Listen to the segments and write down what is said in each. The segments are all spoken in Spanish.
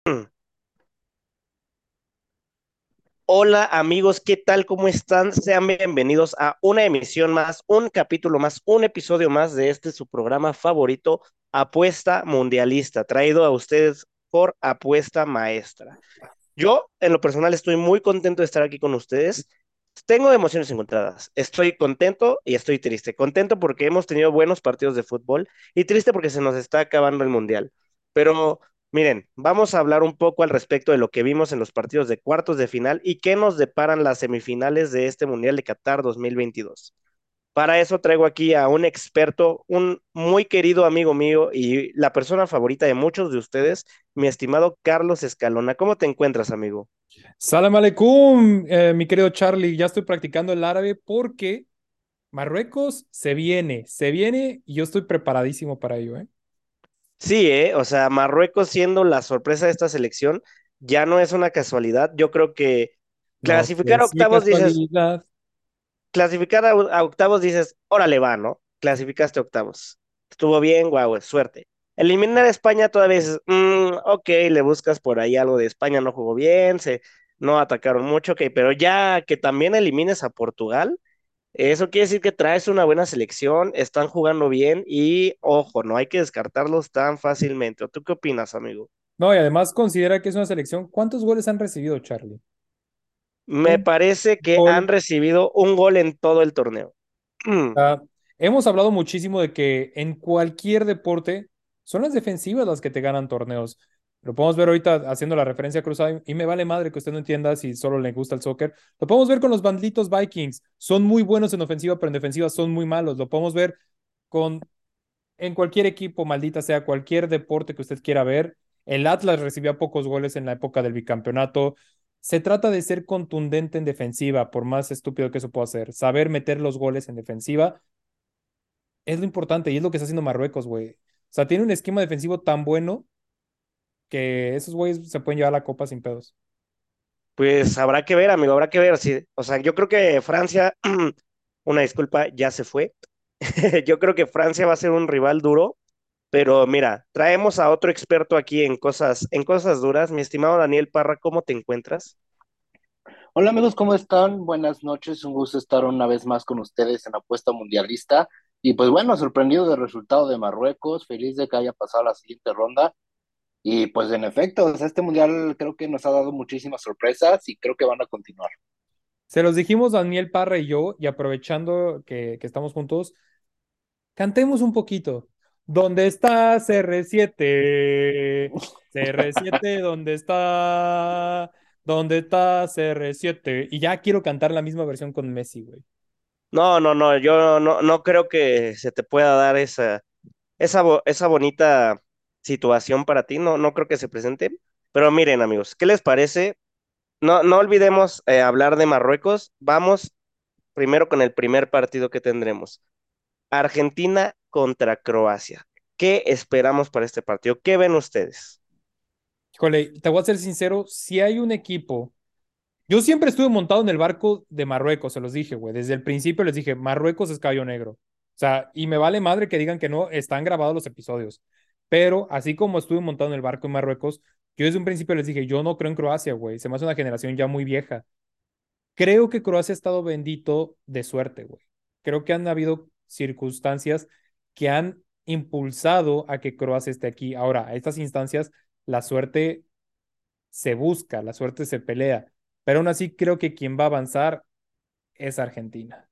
Hola amigos, ¿qué tal? ¿Cómo están? Sean bienvenidos a una emisión más, un capítulo más, un episodio más de este su programa favorito, Apuesta Mundialista, traído a ustedes por Apuesta Maestra. Yo, en lo personal, estoy muy contento de estar aquí con ustedes. Tengo emociones encontradas. Estoy contento y estoy triste. Contento porque hemos tenido buenos partidos de fútbol y triste porque se nos está acabando el mundial. Pero miren, vamos a hablar un poco al respecto de lo que vimos en los partidos de cuartos de final y qué nos deparan las semifinales de este Mundial de Qatar 2022. Para eso traigo aquí a un experto, un muy querido amigo mío y la persona favorita de muchos de ustedes, mi estimado Carlos Escalona. ¿Cómo te encuentras, amigo? Salam aleikum, mi querido Charlie. Ya estoy practicando el árabe porque Marruecos se viene y yo estoy preparadísimo para ello, ¿eh? Sí, o sea, Marruecos siendo la sorpresa de esta selección, ya no es una casualidad. Yo creo que No clasificar sé a si octavos dices, casualidad. clasificar a octavos dices, órale va, ¿no? Clasificaste a octavos. Estuvo bien, guau, suerte. Eliminar a España todavía dices, ok, le buscas por ahí algo de España, no jugó bien, no atacaron mucho, ok, pero ya que también elimines a Portugal, eso quiere decir que traes una buena selección, están jugando bien y ojo, no hay que descartarlos tan fácilmente. ¿O tú qué opinas, amigo? No, y además considera que es una selección. ¿Cuántos goles han recibido, Charlie? Me Un parece que han gol. recibido un gol en todo el torneo. Ah, hemos hablado muchísimo de que en cualquier deporte son las defensivas las que te ganan torneos. Lo podemos ver ahorita haciendo la referencia cruzada y me vale madre que usted no entienda si solo le gusta el soccer. Lo podemos ver con los banditos Vikings. Son muy buenos en ofensiva, pero en defensiva son muy malos. Lo podemos ver con en cualquier equipo, maldita sea, cualquier deporte que usted quiera ver. El Atlas recibía pocos goles en la época del bicampeonato. Se trata de ser contundente en defensiva, por más estúpido que eso pueda ser. Saber meter los goles en defensiva es lo importante y es lo que está haciendo Marruecos, güey. O sea, tiene un esquema defensivo tan bueno que esos güeyes se pueden llevar la copa sin pedos. Pues habrá que ver, amigo, habrá que ver. Sí. O sea, yo creo que Francia, una disculpa, ya se fue. Yo creo que Francia va a ser un rival duro, pero mira, traemos a otro experto aquí en cosas duras. Mi estimado Daniel Parra, ¿cómo te encuentras? Hola amigos, ¿cómo están? Buenas noches, un gusto estar una vez más con ustedes en Apuesta Mundialista. Y pues bueno, sorprendido del resultado de Marruecos, feliz de que haya pasado a la siguiente ronda. Y pues en efecto, o sea, este mundial creo que nos ha dado muchísimas sorpresas y creo que van a continuar. Se los dijimos Daniel Parra y yo, y aprovechando que estamos juntos, cantemos un poquito. ¿Dónde está CR7? CR7, ¿dónde está? ¿Dónde está CR7? Y ya quiero cantar la misma versión con Messi, güey. No, no, no, yo no creo que se te pueda dar esa bonita situación para ti, no creo que se presente. Pero miren, amigos, ¿qué les parece? No olvidemos hablar de Marruecos. Vamos primero con el primer partido que tendremos. Argentina contra Croacia. ¿Qué esperamos para este partido? ¿Qué ven ustedes? Híjole, te voy a ser sincero, si hay un equipo. Yo siempre estuve montado en el barco de Marruecos, se los dije, güey. Desde el principio les dije, Marruecos es caballo negro. O sea, y me vale madre que digan que no, están grabados los episodios. Pero así como estuve montado en el barco en Marruecos, yo desde un principio les dije, yo no creo en Croacia, güey. Se me hace una generación ya muy vieja. Creo que Croacia ha estado bendito de suerte, güey. Creo que han habido circunstancias que han impulsado a que Croacia esté aquí. Ahora, a estas instancias, la suerte se busca, la suerte se pelea, pero aún así creo que quien va a avanzar es Argentina.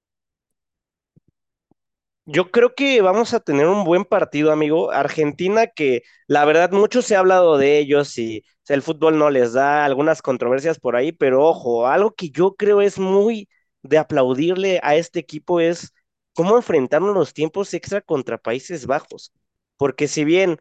Yo creo que vamos a tener un buen partido, amigo. Argentina, que la verdad mucho se ha hablado de ellos y o sea, el fútbol no les da algunas controversias por ahí, pero ojo, algo que yo creo es muy de aplaudirle a este equipo es cómo enfrentaron los tiempos extra contra Países Bajos. Porque si bien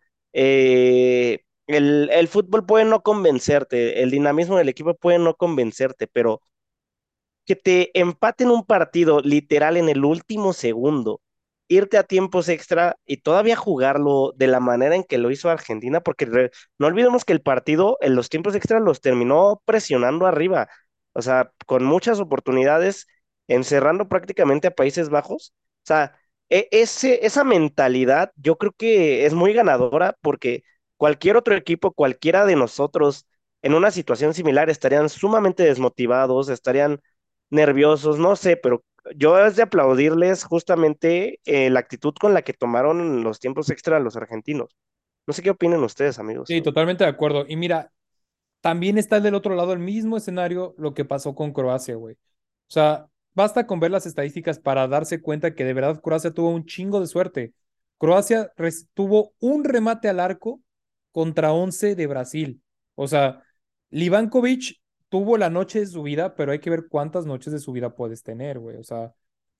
el fútbol puede no convencerte, el dinamismo del equipo puede no convencerte, pero que te empaten un partido literal en el último segundo, irte a tiempos extra y todavía jugarlo de la manera en que lo hizo Argentina, porque no olvidemos que el partido en los tiempos extra los terminó presionando arriba, o sea, con muchas oportunidades, encerrando prácticamente a Países Bajos. O sea, esa mentalidad yo creo que es muy ganadora porque cualquier otro equipo, cualquiera de nosotros en una situación similar estarían sumamente desmotivados, estarían nerviosos, no sé, pero yo es de aplaudirles justamente la actitud con la que tomaron los tiempos extra los argentinos. No sé qué opinan ustedes, amigos. Sí, totalmente de acuerdo. Y mira, también está del otro lado el mismo escenario lo que pasó con Croacia, güey. O sea, basta con ver las estadísticas para darse cuenta que de verdad Croacia tuvo un chingo de suerte. Croacia tuvo un remate al arco contra 11 de Brasil. O sea, Livankovic tuvo la noche de su vida, pero hay que ver cuántas noches de su vida puedes tener, güey. O sea,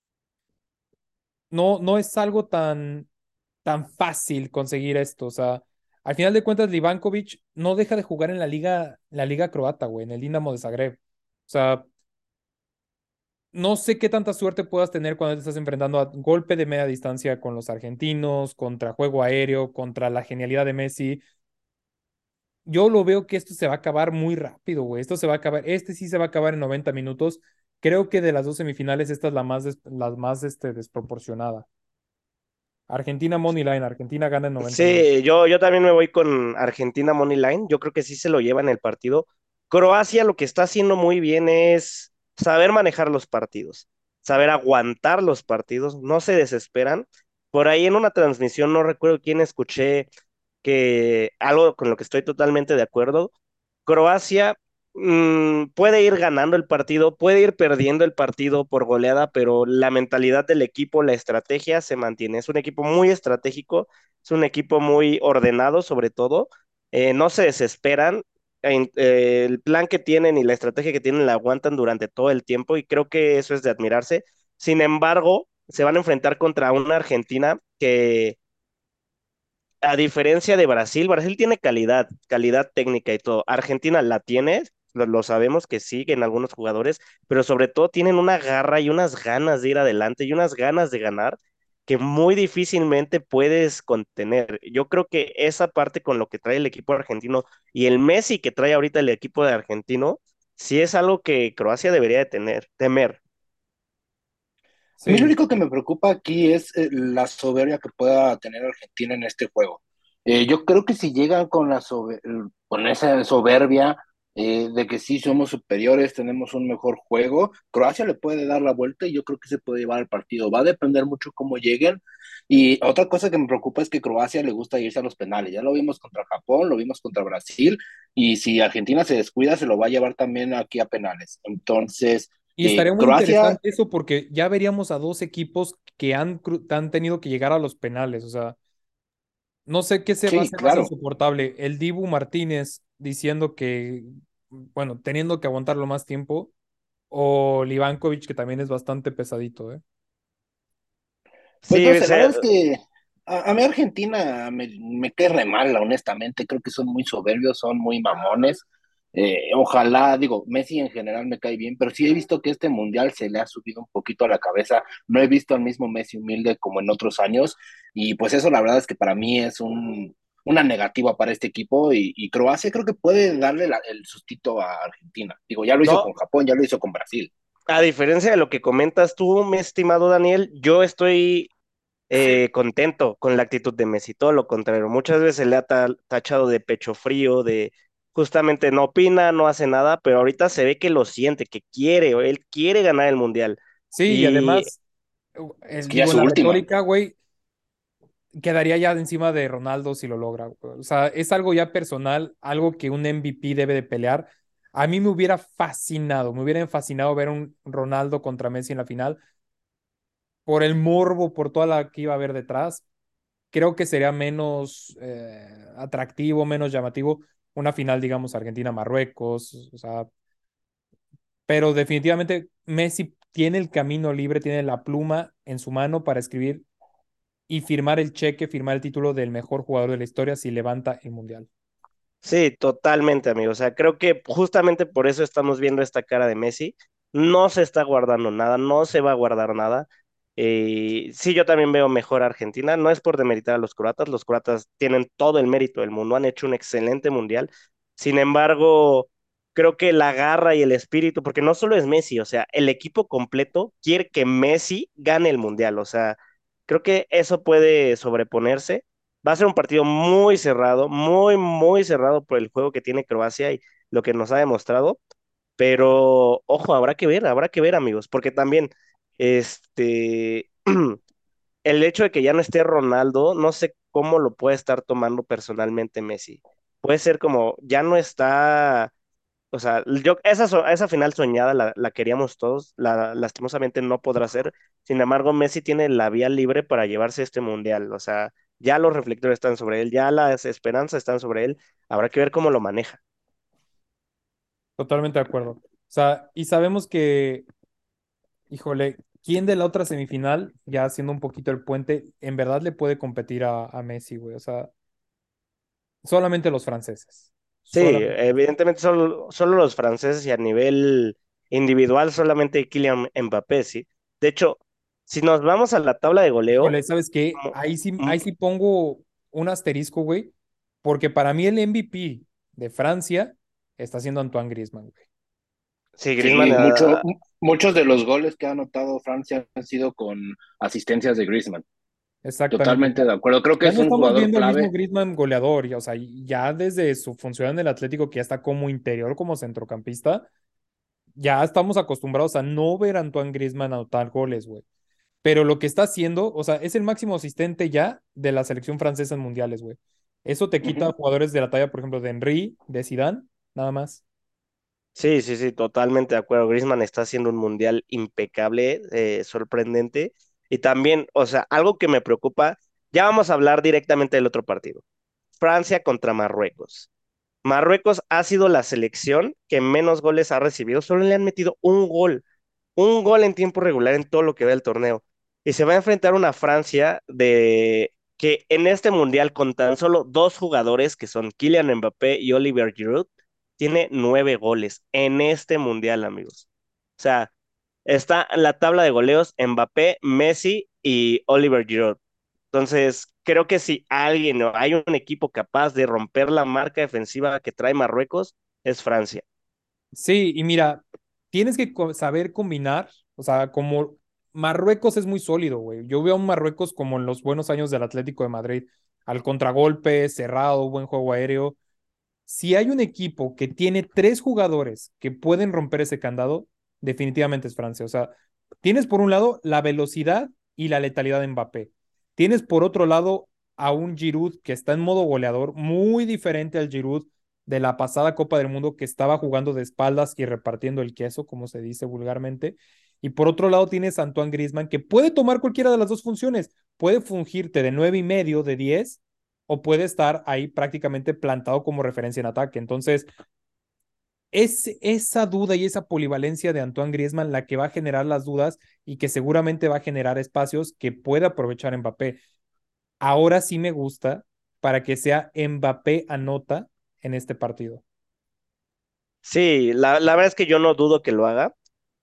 no es algo tan fácil conseguir esto. O sea, al final de cuentas, Livankovic no deja de jugar en la liga croata, güey, en el Dinamo de Zagreb. O sea, no sé qué tanta suerte puedas tener cuando te estás enfrentando a golpe de media distancia con los argentinos, contra juego aéreo, contra la genialidad de Messi. Yo lo veo que esto se va a acabar muy rápido, güey. Esto se va a acabar, este sí se va a acabar en 90 minutos. Creo que de las dos semifinales, esta es la más desproporcionada. Argentina Money Line, Argentina gana en 90 minutos. Sí, yo también me voy con Argentina Money Line. Yo creo que sí se lo lleva en el partido. Croacia lo que está haciendo muy bien es saber manejar los partidos, saber aguantar los partidos, no se desesperan. Por ahí en una transmisión, no recuerdo quién escuché que algo con lo que estoy totalmente de acuerdo. Croacia puede ir ganando el partido, puede ir perdiendo el partido por goleada, pero la mentalidad del equipo, la estrategia se mantiene. Es un equipo muy estratégico, es un equipo muy ordenado sobre todo, no se desesperan, el plan que tienen y la estrategia que tienen la aguantan durante todo el tiempo y creo que eso es de admirarse. Sin embargo, se van a enfrentar contra una Argentina que a diferencia de Brasil, Brasil tiene calidad, calidad técnica y todo. Argentina la tiene, lo sabemos que sí, en algunos jugadores, pero sobre todo tienen una garra y unas ganas de ir adelante y unas ganas de ganar que muy difícilmente puedes contener. Yo creo que esa parte con lo que trae el equipo argentino y el Messi que trae ahorita el equipo de argentino, sí es algo que Croacia debería de temer. A mí lo Sí, único que me preocupa aquí es la soberbia que pueda tener Argentina en este juego. Yo creo que si llegan con con esa soberbia de que sí somos superiores, tenemos un mejor juego, Croacia le puede dar la vuelta y yo creo que se puede llevar el partido. Va a depender mucho cómo lleguen. Y otra cosa que me preocupa es que Croacia le gusta irse a los penales. Ya lo vimos contra Japón, lo vimos contra Brasil, y si Argentina se descuida, se lo va a llevar también aquí a penales. Entonces, y estaría muy Croacia, interesante eso porque ya veríamos a dos equipos que han tenido que llegar a los penales. O sea, no sé qué se va a sí, hacer más claro. insoportable. El Dibu Martínez diciendo que, bueno, teniendo que aguantarlo más tiempo, o Livankovic, que también es bastante pesadito, ¿eh? Pues Sí, no sé, la verdad es que a mí Argentina me cae re mal, honestamente. Creo que son muy soberbios, son muy mamones. Ojalá, digo, Messi en general me cae bien, pero sí he visto que este mundial se le ha subido un poquito a la cabeza. No he visto al mismo Messi humilde como en otros años. Y pues eso, la verdad es que para mí es una negativa para este equipo. Y Croacia creo que puede darle el sustito a Argentina. Digo, ya lo hizo no, con Japón, ya lo hizo con Brasil. a diferencia de lo que comentas tú, mi estimado Daniel, yo estoy contento con la actitud de Messi, todo lo contrario. Muchas veces se le ha tachado de pecho frío, de justamente no opina, no hace nada, pero ahorita se ve que lo siente, que quiere, o él quiere ganar el mundial. Sí, y Y además, Es que ya es digo, su la última. retórica, güey, quedaría ya encima de Ronaldo si lo logra, güey. O sea, es algo ya personal, algo que un MVP debe de pelear. A mí me hubiera fascinado ver un Ronaldo contra Messi en la final, por el morbo, por toda la que iba a haber detrás. Creo que sería menos atractivo, menos llamativo una final, digamos, Argentina-Marruecos, o sea, pero definitivamente Messi tiene el camino libre, tiene la pluma en su mano para escribir y firmar el cheque, firmar el título del mejor jugador de la historia si levanta el mundial. sí, totalmente, amigo. O sea, creo que justamente por eso estamos viendo esta cara de Messi. No se está guardando nada, no se va a guardar nada. Sí, yo también veo mejor a Argentina. No es por demeritar a los croatas tienen todo el mérito del mundo, han hecho un excelente mundial. Sin embargo, creo que la garra y el espíritu, porque no solo es Messi, o sea, el equipo completo quiere que Messi gane el mundial. O sea, creo que eso puede sobreponerse. Va a ser un partido muy cerrado, muy, muy cerrado por el juego que tiene Croacia y lo que nos ha demostrado. Pero, ojo, habrá que ver, amigos, porque también, este, el hecho de que ya no esté Ronaldo, no sé cómo lo puede estar tomando personalmente Messi. Puede ser como, ya no está, o sea, esa final soñada la queríamos todos, lastimosamente no podrá ser. Sin embargo, Messi tiene la vía libre para llevarse este mundial, o sea, ya los reflectores están sobre él, ya las esperanzas están sobre él, habrá que ver cómo lo maneja. Totalmente de acuerdo. O sea, y sabemos que, híjole, ¿quién de la otra semifinal, ya haciendo un poquito el puente, en verdad le puede competir a Messi, güey? O sea, solamente los franceses. Sí, Solamente. evidentemente solo los franceses y a nivel individual solamente Kylian Mbappé, sí. De hecho, si nos vamos a la tabla de goleo, Híjole, ¿sabes qué? como- Ahí mm, sí pongo un asterisco, güey, porque para mí el MVP de Francia está siendo Antoine Griezmann, güey. sí, Griezmann, Sí, muchos de los goles que ha anotado Francia han sido con asistencias de Griezmann. Exactamente. Totalmente de acuerdo. Creo que Ya es no un estamos jugador viendo al mismo clave. Griezmann goleador, y, o sea, ya desde su función en el Atlético, que ya está como interior, como centrocampista, ya estamos acostumbrados a no ver a Antoine Griezmann anotar goles, güey. Pero lo que está haciendo, o sea, es el máximo asistente ya de la selección francesa en mundiales, güey. Eso te quita Ujú. jugadores de la talla, por ejemplo, de Henry, de Zidane, nada más. sí, sí, sí, totalmente de acuerdo. Griezmann está haciendo un mundial impecable, sorprendente. Y también, o sea, algo que me preocupa, ya vamos a hablar directamente del otro partido. Francia contra Marruecos. Marruecos ha sido la selección que menos goles ha recibido, solo le han metido un gol en tiempo regular en todo lo que ve el torneo. Y se va a enfrentar a una Francia de que en este mundial con tan solo dos jugadores que son Kylian Mbappé y Oliver Giroud, tiene 9 goles en este mundial, amigos. O sea, está en la tabla de goleos Mbappé, Messi y Oliver Giroud. Entonces, creo que si alguien o hay un equipo capaz de romper la marca defensiva que trae Marruecos, es Francia. Sí, y mira, tienes que saber combinar, o sea, como Marruecos es muy sólido, güey. Yo veo a un Marruecos como en los buenos años del Atlético de Madrid, al contragolpe, cerrado, buen juego aéreo. Si hay un equipo que tiene tres jugadores que pueden romper ese candado, definitivamente es Francia. O sea, tienes por un lado la velocidad y la letalidad de Mbappé. Tienes por otro lado a un Giroud que está en modo goleador, muy diferente al Giroud de la pasada Copa del Mundo que estaba jugando de espaldas y repartiendo el queso, como se dice vulgarmente. Y por otro lado tienes a Antoine Griezmann que puede tomar cualquiera de las dos funciones. Puede fungirte de 9,5, de 10 o puede estar ahí prácticamente plantado como referencia en ataque. Entonces, es esa duda y esa polivalencia de Antoine Griezmann la que va a generar las dudas y que seguramente va a generar espacios que pueda aprovechar Mbappé. Ahora sí me gusta para que sea Mbappé anota en este partido. Sí, la verdad es que yo no dudo que lo haga.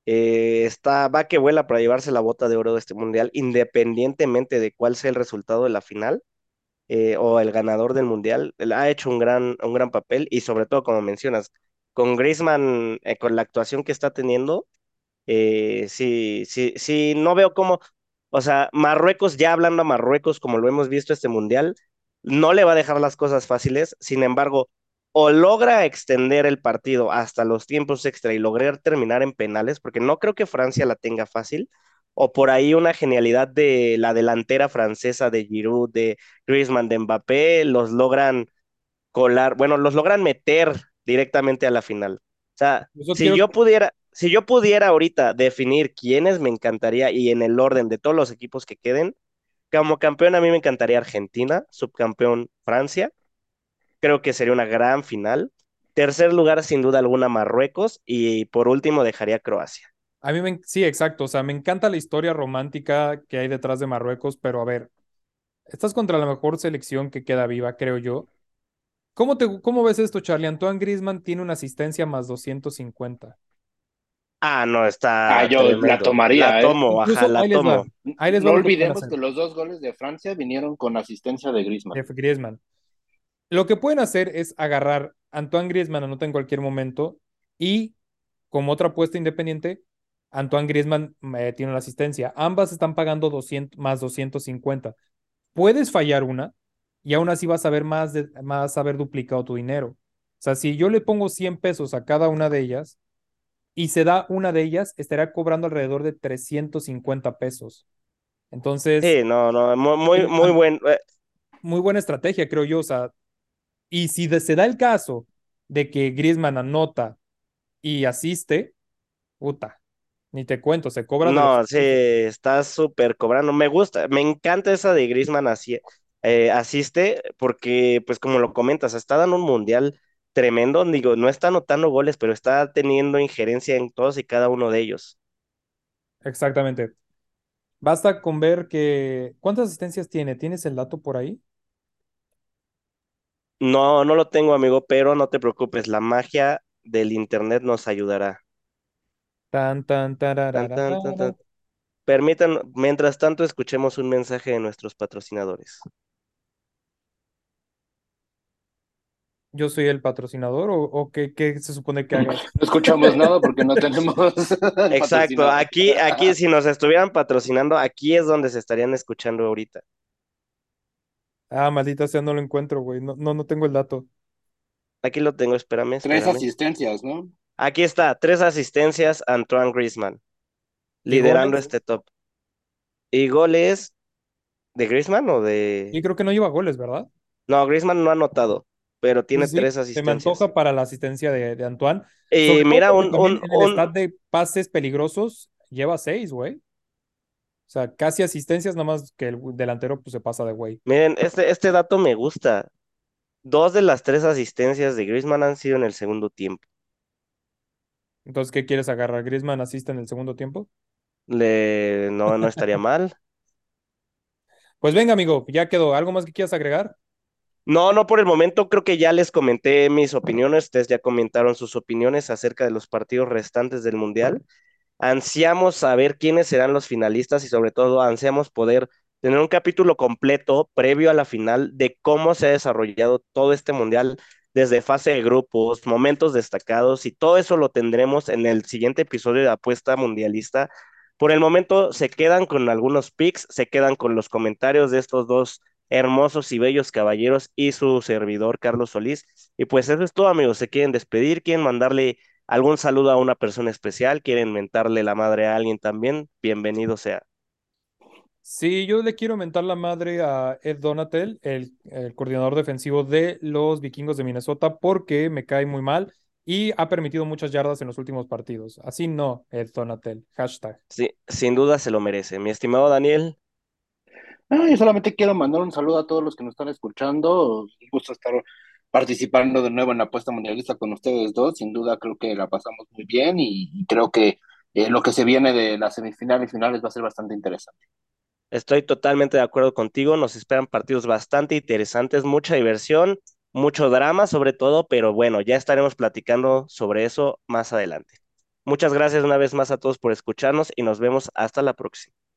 Va que vuela para llevarse la bota de oro de este mundial, independientemente de cuál sea el resultado de la final o el ganador del mundial. Él ha hecho un gran papel y sobre todo, como mencionas, con Griezmann, con la actuación que está teniendo, sí, sí, sí, no veo cómo, o sea, Marruecos, ya hablando a Marruecos, como lo hemos visto este mundial, no le va a dejar las cosas fáciles. Sin embargo, o logra extender el partido hasta los tiempos extra y lograr terminar en penales, porque no creo que Francia la tenga fácil, o por ahí una genialidad de la delantera francesa de Giroud, de Griezmann, de Mbappé, los logran colar, bueno, los logran meter directamente a la final. O sea, Yo quiero, si yo pudiera ahorita definir quiénes me encantaría y en el orden de todos los equipos que queden, como campeón a mí me encantaría Argentina, subcampeón Francia, creo que sería una gran final. Tercer lugar, sin duda alguna, Marruecos y por último dejaría Croacia. a mí sí, exacto, o sea, me encanta la historia romántica que hay detrás de Marruecos, pero a ver, estás contra la mejor selección que queda viva, creo yo. ¿Cómo ves esto, Charlie? Antoine Griezmann tiene una asistencia más 250. Ah, no, Ah, está yo la tremendo. La tomaría, ¿eh? tomo, ajá, Incluso la tomo. ahí les va No lo que pueden olvidemos hacer que los dos goles de Francia vinieron con asistencia de Griezmann. de Griezmann. Lo que pueden hacer es agarrar Antoine Griezmann, anota en cualquier momento, y como otra apuesta independiente, Antoine Griezmann tiene una asistencia. Ambas están pagando 200 más 250. Puedes fallar una, y aún así vas a ver más haber duplicado tu dinero. O sea, si yo le pongo 100 pesos a cada una de ellas y se da una de ellas, estará cobrando alrededor de 350 pesos. Entonces, Sí, no, no, muy, muy, el- muy buen. muy buena estrategia, creo yo. O sea, y si se da el caso de que Griezmann anota y asiste, puta, ni te cuento, se cobra de los No, sí, está súper cobrando. Me gusta, me encanta esa de Griezmann así, asiste, porque, pues como lo comentas, está dando un mundial tremendo. Digo, no está anotando goles, pero está teniendo injerencia en todos y cada uno de ellos. Exactamente. Basta con ver que... ¿Cuántas asistencias tiene? ¿Tienes el dato por ahí? No, no lo tengo, amigo, pero no te preocupes, la magia del internet nos ayudará. Tan, tan, Tan, tan, tan, tarararara. tan. Permitan, mientras tanto, escuchemos un mensaje de nuestros patrocinadores. ¿Yo soy el patrocinador o qué se supone que haga? No escuchamos nada porque no tenemos el Exacto, patrocinador. aquí, si nos estuvieran patrocinando, aquí es donde se estarían escuchando ahorita. Ah, maldita sea, no lo encuentro, güey. No, no, no tengo el dato. Aquí lo tengo, espérame, Tres espérame. asistencias, ¿no? Aquí está, 3 asistencias, Antoine Griezmann, ¿Y liderando goles? este top. ¿Y goles de Griezmann o Y de...? creo que no lleva goles, ¿verdad? No, Griezmann no ha anotado, pero tiene Entonces sí, tres se me asistencias. antoja para la asistencia de Antoine. Y Sobre todo mira, porque también en el stat de pases peligrosos lleva 6, güey. O sea, casi asistencias, nada más que el delantero pues se pasa de güey. miren, este dato me gusta. 2 de las 3 asistencias de Griezmann han sido en el segundo tiempo. Entonces, ¿qué quieres agarrar? ¿Griezmann asiste en el segundo tiempo? No, no estaría mal. Pues venga, amigo, ya quedó. ¿Algo más que quieras agregar? No, no por el momento, creo que ya les comenté mis opiniones, ustedes ya comentaron sus opiniones acerca de los partidos restantes del Mundial. Ansiamos saber quiénes serán los finalistas y sobre todo ansiamos poder tener un capítulo completo previo a la final de cómo se ha desarrollado todo este Mundial desde fase de grupos, momentos destacados y todo eso lo tendremos en el siguiente episodio de Apuesta Mundialista. Por el momento se quedan con algunos picks, se quedan con los comentarios de estos dos hermosos y bellos caballeros y su servidor Carlos Solís. Y pues eso es todo, amigos. ¿Se quieren despedir? ¿Quieren mandarle algún saludo a una persona especial? ¿Quieren mentarle la madre a alguien también? Bienvenido sea. Sí, yo le quiero mentar la madre a Ed Donatel, el coordinador defensivo de los Vikingos de Minnesota, porque me cae muy mal y ha permitido muchas yardas en los últimos partidos. Así no, Ed Donatel. Hashtag. Sí, sin duda se lo merece. Mi estimado Daniel, Yo solamente quiero mandar un saludo a todos los que nos están escuchando. Un gusto estar participando de nuevo en la apuesta mundialista con ustedes dos. Sin duda creo que la pasamos muy bien y creo que lo que se viene de las semifinales y finales va a ser bastante interesante. estoy totalmente de acuerdo contigo. Nos esperan partidos bastante interesantes, mucha diversión, mucho drama sobre todo, pero bueno, ya estaremos platicando sobre eso más adelante. Muchas gracias una vez más a todos por escucharnos y nos vemos hasta la próxima.